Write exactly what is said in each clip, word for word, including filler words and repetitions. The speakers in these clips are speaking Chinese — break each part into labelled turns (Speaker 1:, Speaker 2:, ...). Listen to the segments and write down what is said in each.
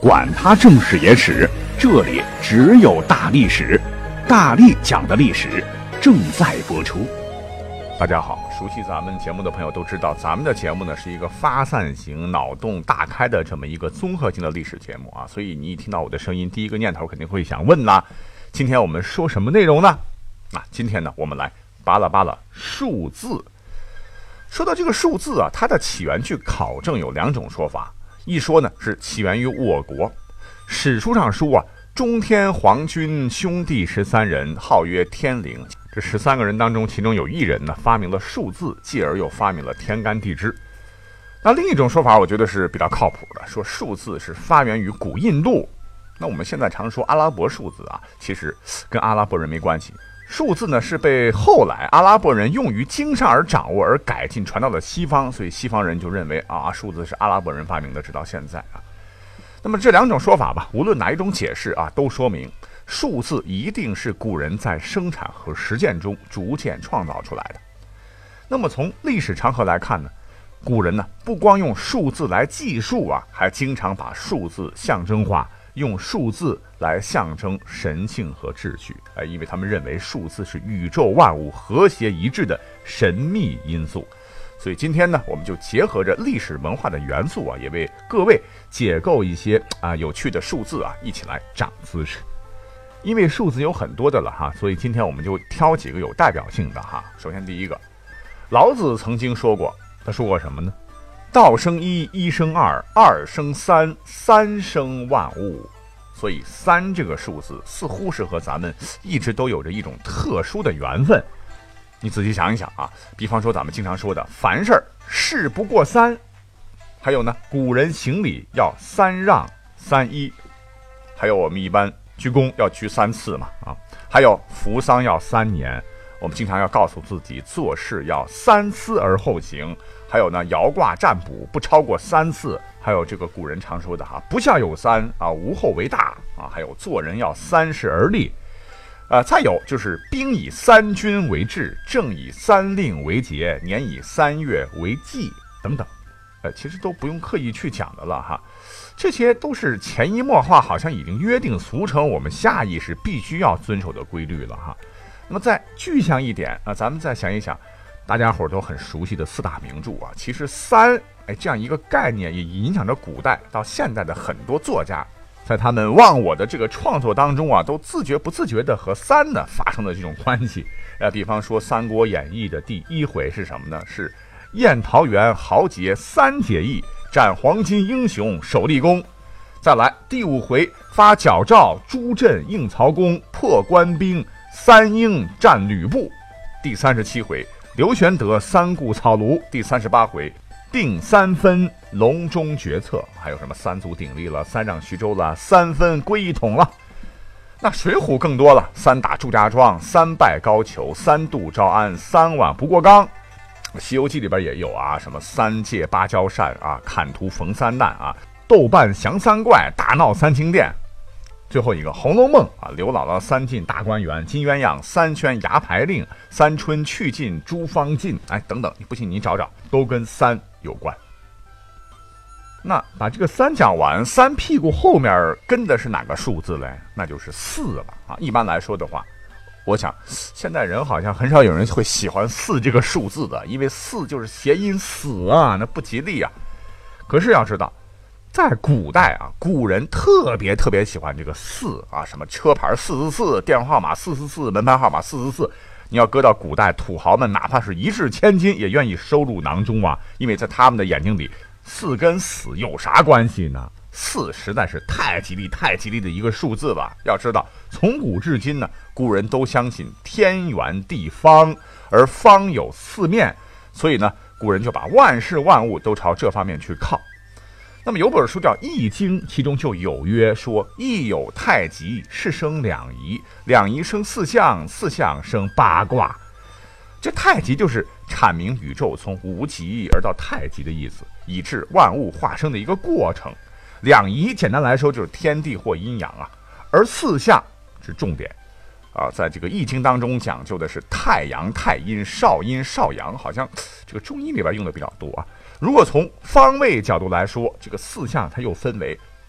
Speaker 1: 管他正史野史，这里只有大历史，大力讲的历史正在播出。大家好，熟悉咱们节目的朋友都知道，咱们的节目呢是一个发散型、脑洞大开的这么一个综合性的历史节目啊，所以你一听到我的声音，第一个念头肯定会想问啦，今天我们说什么内容呢？啊，今天呢，我们来扒拉扒拉数字。说到这个数字啊，它的起源据考证有两种说法，一说呢是起源于我国，史书上说啊，中天皇君兄弟十三人，号曰天灵。这十三个人当中，其中有一人呢发明了数字，继而又发明了天干地支。那另一种说法，我觉得是比较靠谱的，说数字是发源于古印度。那我们现在常说阿拉伯数字啊，其实跟阿拉伯人没关系。数字呢是被后来阿拉伯人用于经商而掌握而改进传到了西方，所以西方人就认为啊，数字是阿拉伯人发明的，直到现在啊。那么这两种说法吧，无论哪一种解释啊，都说明数字一定是古人在生产和实践中逐渐创造出来的。那么从历史长河来看呢，古人呢不光用数字来计数啊，还经常把数字象征化，用数字来象征神性和秩序，哎，因为他们认为数字是宇宙万物和谐一致的神秘因素。所以今天呢，我们就结合着历史文化的元素啊，也为各位解构一些啊有趣的数字啊，一起来长知识。因为数字有很多的了哈，所以今天我们就挑几个有代表性的哈。首先第一个，老子曾经说过，他说过什么呢？道生一，一生二，二生三，三生万物。所以三这个数字似乎是和咱们一直都有着一种特殊的缘分。你仔细想一想啊，比方说咱们经常说的凡事事不过三，还有呢，古人行礼要三让三依，还有我们一般鞠躬要鞠三次嘛啊，还有扶丧要三年，我们经常要告诉自己做事要三思而后行，还有呢，摇卦占卜不超过三次，还有这个古人常说的哈，不孝有三啊，无后为大啊，还有做人要三十而立。呃，再有就是兵以三军为制，政以三令为节，年以三月为纪等等，呃，其实都不用刻意去讲的了哈，这些都是潜移默化，好像已经约定俗成，我们下意识必须要遵守的规律了哈。那么再具象一点啊，咱们再想一想，大家伙都很熟悉的四大名著啊，其实三哎这样一个概念也影响着古代到现代的很多作家。在他们忘我的这个创作当中啊，都自觉不自觉的和三呢发生了这种关系。呃，比方说《三国演义》的第一回是什么呢？是宴桃园，豪杰三结义，斩黄巾英雄首立功。再来第五回发矫诏，朱震应曹公，破官兵，三英战吕布。第三十七回刘玄德三顾草庐。第三十八回定三分，隆中决策，还有什么三足鼎立了，三让徐州了，三分归一统了。那水浒更多了，三打祝家庄，三拜高俅，三渡招安，三碗不过冈。西游记里边也有啊，什么三借芭蕉扇啊，砍图逢三难啊，斗扮降三怪，大闹三清殿。最后一个《红楼梦》啊，刘姥姥三进大观园，金鸳鸯三宣牙牌令，三春去尽诸方尽，哎，等等，你不信你找找，都跟三有关。那把这个三讲完，三屁股后面跟的是哪个数字嘞？那就是四了啊。一般来说的话，我想现代人好像很少有人会喜欢四这个数字的，因为四就是谐音死啊，那不吉利啊。可是要知道，在古代啊，古人特别特别喜欢这个四啊，什么车牌四四四，电话号码四四四，门牌号码四四四。你要搁到古代，土豪们哪怕是一掷千金，也愿意收入囊中啊，因为在他们的眼睛里，四跟死有啥关系呢？四实在是太吉利、太吉利的一个数字了。要知道，从古至今呢，古人都相信天圆地方，而方有四面，所以呢，古人就把万事万物都朝这方面去靠。那么有本书叫《易经》，其中就有曰说：易有太极，是生两仪，两仪生四象，四象生八卦。这太极就是阐明宇宙从无极而到太极的意思，以致万物化生的一个过程。两仪简单来说就是天地或阴阳啊，而四象是重点啊，在这个易经当中讲究的是太阳太阴，少阴少阳，好像这个中医里边用的比较多啊。如果从方位角度来说，这个四象它又分为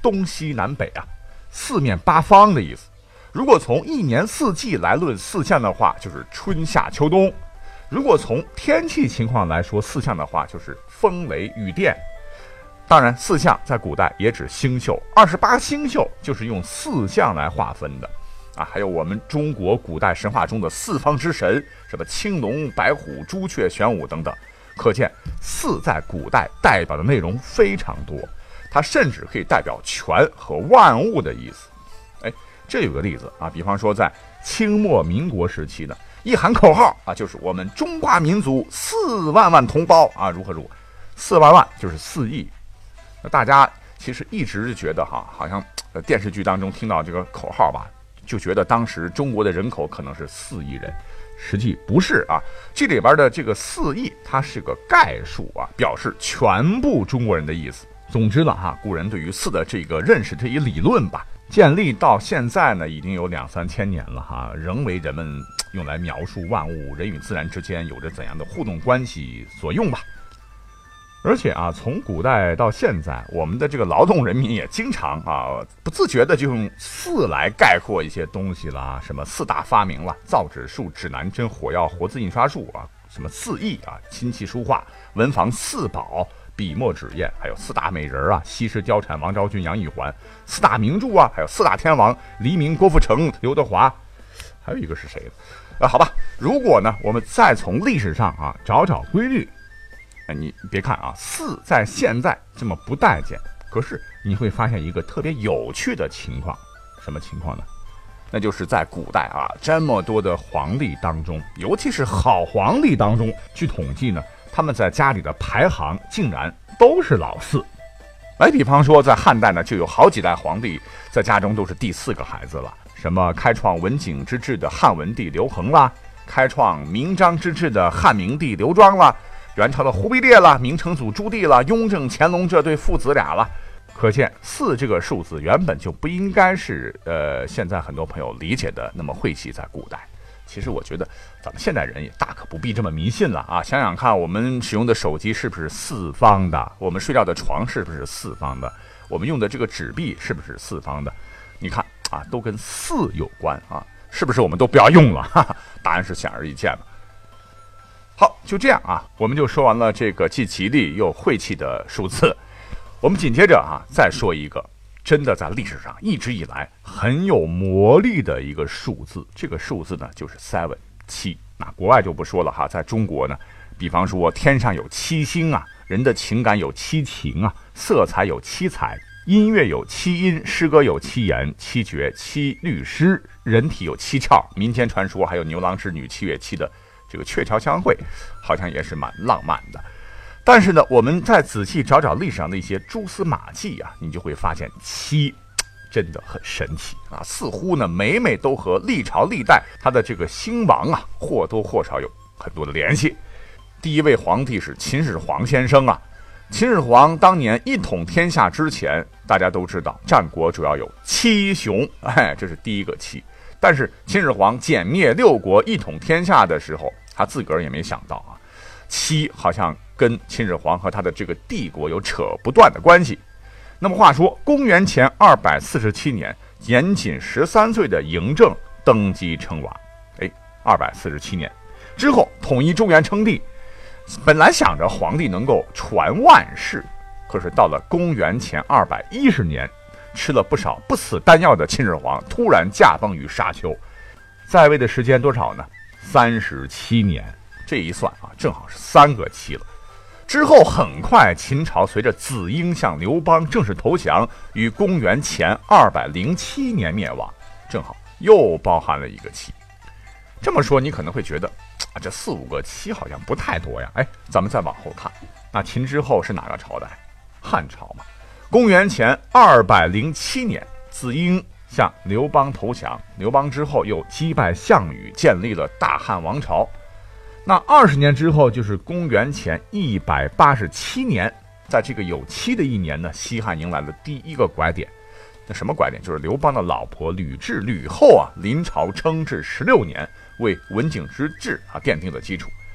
Speaker 1: 东西南北啊，四面八方的意思。如果从一年四季来论四象的话，就是春夏秋冬；如果从天气情况来说四象的话，就是风雷雨电。当然，四象在古代也指星宿，二十八星宿就是用四象来划分的啊。还有我们中国古代神话中的四方之神，什么青龙、白虎、朱雀、玄武等等。可见四在古代代表的内容非常多，它甚至可以代表全和万物的意思。哎，这有个例子啊，比方说在清末民国时期呢，一喊口号啊，就是我们中华民族四万万同胞啊，如何如何，四万万就是四亿。那大家其实一直觉得哈，好像呃电视剧当中听到这个口号吧，就觉得当时中国的人口可能是四亿人。实际不是啊，这里边的这个四亿，它是个概数啊，表示全部中国人的意思。总之呢，哈，古人对于四的这个认识这一理论吧，建立到现在呢，已经有两三千年了哈，仍为人们用来描述万物人与自然之间有着怎样的互动关系所用吧。而且啊，从古代到现在，我们的这个劳动人民也经常啊不自觉的就用四来概括一些东西了，什么四大发明了，造纸术、指南针、火药、活字印刷术啊，什么四艺啊，琴棋书画、文房四宝、笔墨纸砚，还有四大美人啊，西施、貂蝉、王昭君、杨玉环，四大名著啊，还有四大天王，黎明、郭富城、刘德华，还有一个是谁的？啊，好吧，如果呢，我们再从历史上啊找找规律。哎，你别看啊，四在现在这么不待见，可是你会发现一个特别有趣的情况，什么情况呢？那就是在古代啊，这么多的皇帝当中，尤其是好皇帝当中，据统计呢，他们在家里的排行竟然都是老四。来，比方说在汉代呢，就有好几代皇帝在家中都是第四个孩子了，什么开创文景之治的汉文帝刘恒啦，开创明章之治的汉明帝刘庄啦，元朝的忽必烈啦，明成祖朱棣啦，雍正、乾隆这对父子俩啦，可见四这个数字原本就不应该是呃现在很多朋友理解的那么晦气。在古代，其实我觉得咱们现代人也大可不必这么迷信了啊！想想看，我们使用的手机是不是四方的？我们睡觉的床是不是四方的？我们用的这个纸币是不是四方的？你看啊，都跟四有关啊，是不是我们都不要用了？哈哈，答案是显而易见的。好，就这样啊，我们就说完了这个既吉利又晦气的数字。我们紧接着啊，再说一个真的在历史上一直以来很有魔力的一个数字。这个数字呢，就是 seven 七。那国外就不说了哈，在中国呢，比方说天上有七星啊，人的情感有七情啊，色彩有七彩，音乐有七音，诗歌有七言，七绝七律诗，人体有七窍，民间传说还有牛郎织女七月七的这个鹊桥相会，好像也是蛮浪漫的。但是呢，我们再仔细找找历史上的一些蛛丝马迹啊，你就会发现七真的很神奇啊，似乎呢每每都和历朝历代它的这个兴亡啊或多或少有很多的联系。第一位皇帝是秦始皇先生啊，秦始皇当年一统天下之前，大家都知道战国主要有七雄，哎，这是第一个七。但是秦始皇歼灭六国一统天下的时候，他自个儿也没想到啊，七好像跟秦始皇和他的这个帝国有扯不断的关系。那么话说，公元前二百四十七年，年仅十三岁的嬴政登基称王。哎，二百四十七年之后统一中原称帝，本来想着皇帝能够传万世，可是到了公元前二百一十年，吃了不少不死丹药的秦始皇突然驾崩于沙丘，在位的时间多少呢？三十七年。这一算啊，正好是三个七了。之后很快，秦朝随着子婴向刘邦正式投降，于公元前二百零七年灭亡，正好又包含了一个七。这么说，你可能会觉得啊，这四五个七好像不太多呀。哎，咱们再往后看，那秦之后是哪个朝代？汉朝嘛。公元前二百零七年，子婴向刘邦投降，刘邦之后又击败项羽，建立了大汉王朝。那二十年之后，就是公元前一百八十七年，在这个有七的一年呢，西汉迎来了第一个拐点。那什么拐点？就是刘邦的老婆吕雉吕后啊，临朝称制十六年，为文景之治啊奠定了基础。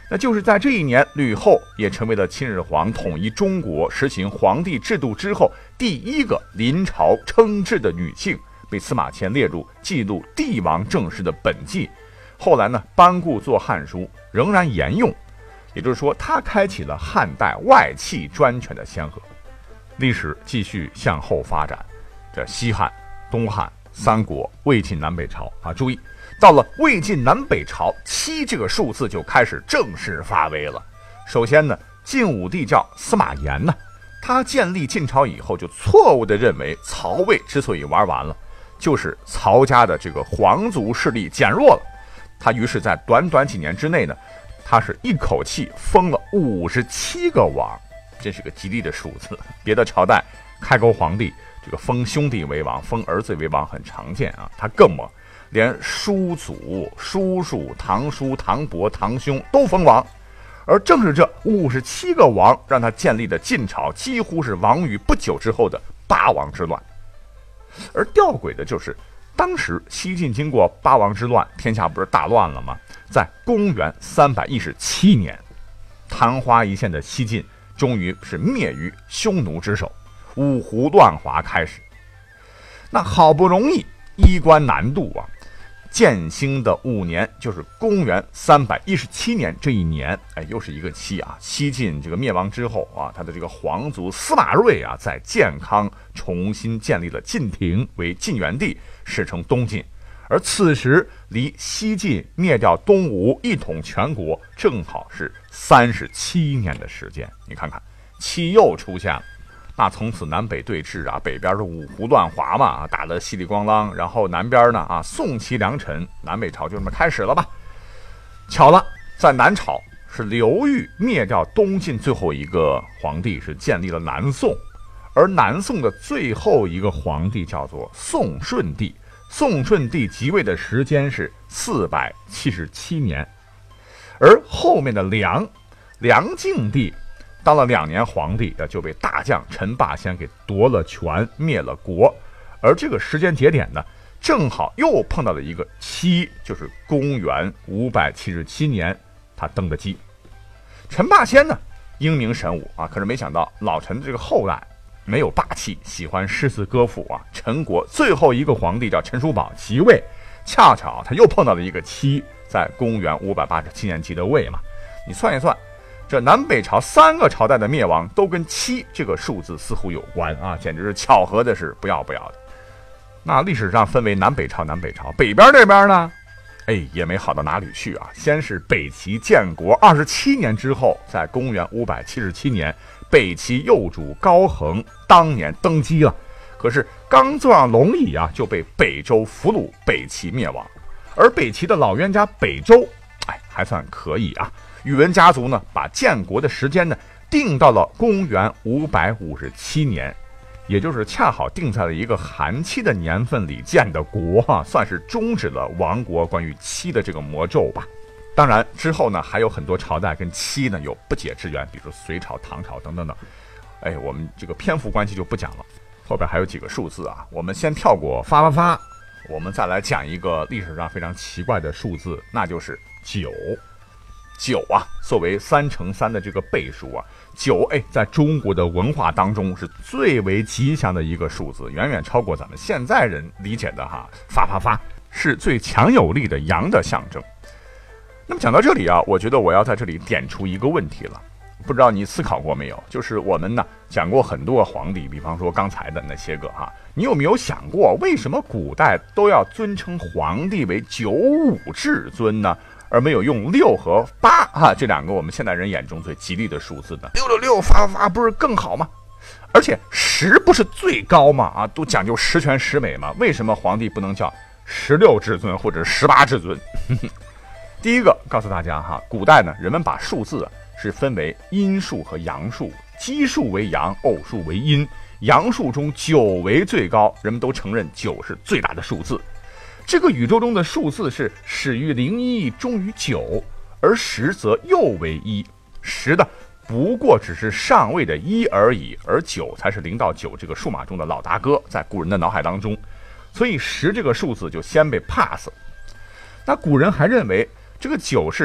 Speaker 1: 那就是在这一年，吕后也成为了亲日皇统一中国、实行皇帝制度之后第一个临朝称制的女性，被司马迁列入记录帝王政事的本纪。后来呢，班固作《汉书》仍然沿用，也就是说，他开启了汉代外戚专权的先河。历史继续向后发展，这西汉、东汉、三国、魏晋南北朝啊，注意，到了魏晋南北朝，七这个数字就开始正式发威了。首先呢，晋武帝叫司马炎呢，他建立晋朝以后，就错误地认为曹魏之所以玩完了，就是曹家的这个皇族势力减弱了。他于是在短短几年之内呢，他是一口气封了五十七个王，这是个吉利的数字。别的朝代开国皇帝这个封兄弟为王，封儿子为王很常见啊，他更猛，连叔祖、叔叔、堂叔、堂伯、堂兄都封王。而正是这五十七个王，让他建立的晋朝几乎是亡于不久之后的八王之乱。而吊诡的就是，当时西晋经过八王之乱，天下不是大乱了吗？在公元三百一十七年，昙花一现的西晋终于是灭于匈奴之手，五胡乱华开始。那好不容易衣冠南渡啊，建兴的五年，就是公元三百一十七年这一年，哎，又是一个期啊。西晋这个灭亡之后啊，他的这个皇族司马睿啊，在建康重新建立了晋庭为晋元帝，史称东晋。而此时离西晋灭掉东吴一统全国，正好是三十七年的时间。你看看，期又出现了。那从此南北对峙啊，北边是五胡乱华嘛，打得稀里咣啷，然后南边呢啊，宋齐梁陈，南北朝就这么开始了吧。巧了，在南朝是刘裕灭掉东晋最后一个皇帝，是建立了南宋，而南宋的最后一个皇帝叫做宋顺帝。宋顺帝即位的时间是四百七十七年，而后面的梁梁敬帝当了两年皇帝，就被大将陈霸先给夺了权，灭了国。而这个时间节点呢，正好又碰到了一个七，就是公元五百七十七年，他登的基。陈霸先呢，英明神武啊，可是没想到老陈这个后代没有霸气，喜欢诗词歌赋啊。陈国最后一个皇帝叫陈叔宝即位，恰巧他又碰到了一个七，在公元五百八十七年即的位嘛。你算一算，这南北朝三个朝代的灭亡都跟七这个数字似乎有关啊，简直是巧合的是不要不要的。那历史上分为南北朝，南北朝北边这边呢，哎，也没好到哪里去啊。先是北齐建国二十七年之后，在公元五百七十七年，北齐右主高恒当年登基了，可是刚坐上龙椅啊，就被北周俘虏，北齐灭亡。而北齐的老冤家北周，哎，还算可以啊。宇文家族呢，把建国的时间呢定到了公元五百五十七年，也就是恰好定在了一个寒期的年份里建的国啊，算是终止了亡国关于七的这个魔咒吧。当然之后呢，还有很多朝代跟七呢有不解之缘，比如隋朝、唐朝等等等。哎，我们这个篇幅关系就不讲了，后边还有几个数字啊，我们先跳过发发发，我们再来讲一个历史上非常奇怪的数字，那就是九。九啊，作为三乘三的这个倍数啊，九哎，在中国的文化当中是最为吉祥的一个数字，远远超过咱们现在人理解的哈，发发发是最强有力的阳的象征。那么讲到这里啊，我觉得我要在这里点出一个问题了，不知道你思考过没有？就是我们呢讲过很多皇帝，比方说刚才的那些个哈，你有没有想过，为什么古代都要尊称皇帝为九五至尊呢？而没有用六和八啊这两个我们现代人眼中最吉利的数字呢？六六六发发发不是更好吗？而且十不是最高吗？啊，都讲究十全十美嘛，为什么皇帝不能叫十六至尊或者十八至尊？第一个告诉大家哈，古代呢，人们把数字啊是分为阴数和阳数，奇数为阳，偶数为阴。阳数中九为最高，人们都承认九是最大的数字。这个宇宙中的数字是始于零一，终于九，而十则又为一。十的不过只是上位的一而已，而九才是零到九这个数码中的老大哥，在古人的脑海当中，所以十这个数字就先被 pass。那古人还认为这个九是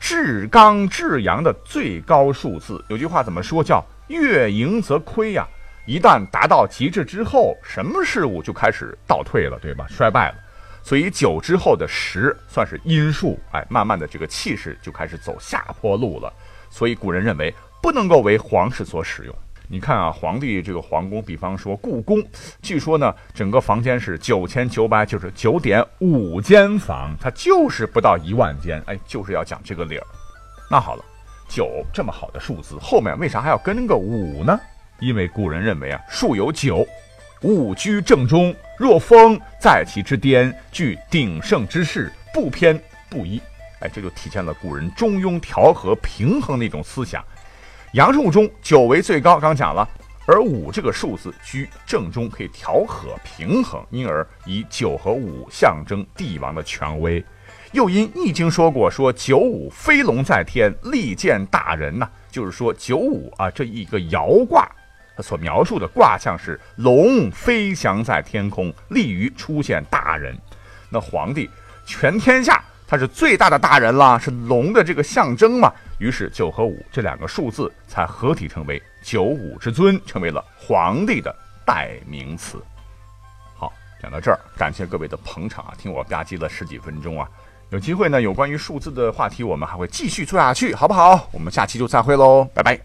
Speaker 1: 至刚至阳的最高数字。有句话怎么说，叫月盈则亏呀、啊。一旦达到极致之后，什么事物就开始倒退了，对吧？衰败了。所以九之后的十算是阴数，哎，慢慢的这个气势就开始走下坡路了。所以古人认为不能够为皇室所使用。你看啊，皇帝这个皇宫，比方说故宫，据说呢，整个房间是九千九百九十九点五间房，它就是不到一万间，哎，就是要讲这个理儿。那好了，九这么好的数字，后面为啥还要跟个五呢？因为古人认为啊，数有九，五居正中，若风在其之巅，具鼎盛之势，不偏不倚。哎，这就体现了古人中庸调和平衡的一种思想。阳数中九为最高，刚讲了，而五这个数字居正中，可以调和平衡，因而以九和五象征帝王的权威。又因易经说过，说九五飞龙在天，利见大人呐、啊，就是说九五啊这一个爻卦，它所描述的卦象是龙飞翔在天空，利于出现大人。那皇帝全天下他是最大的大人啦，是龙的这个象征嘛。于是九和五这两个数字才合体成为九五之尊，成为了皇帝的代名词。好，讲到这儿，感谢各位的捧场啊，听我吧唧了十几分钟啊。有机会呢，有关于数字的话题我们还会继续做下去，好不好？我们下期就再会喽，拜拜。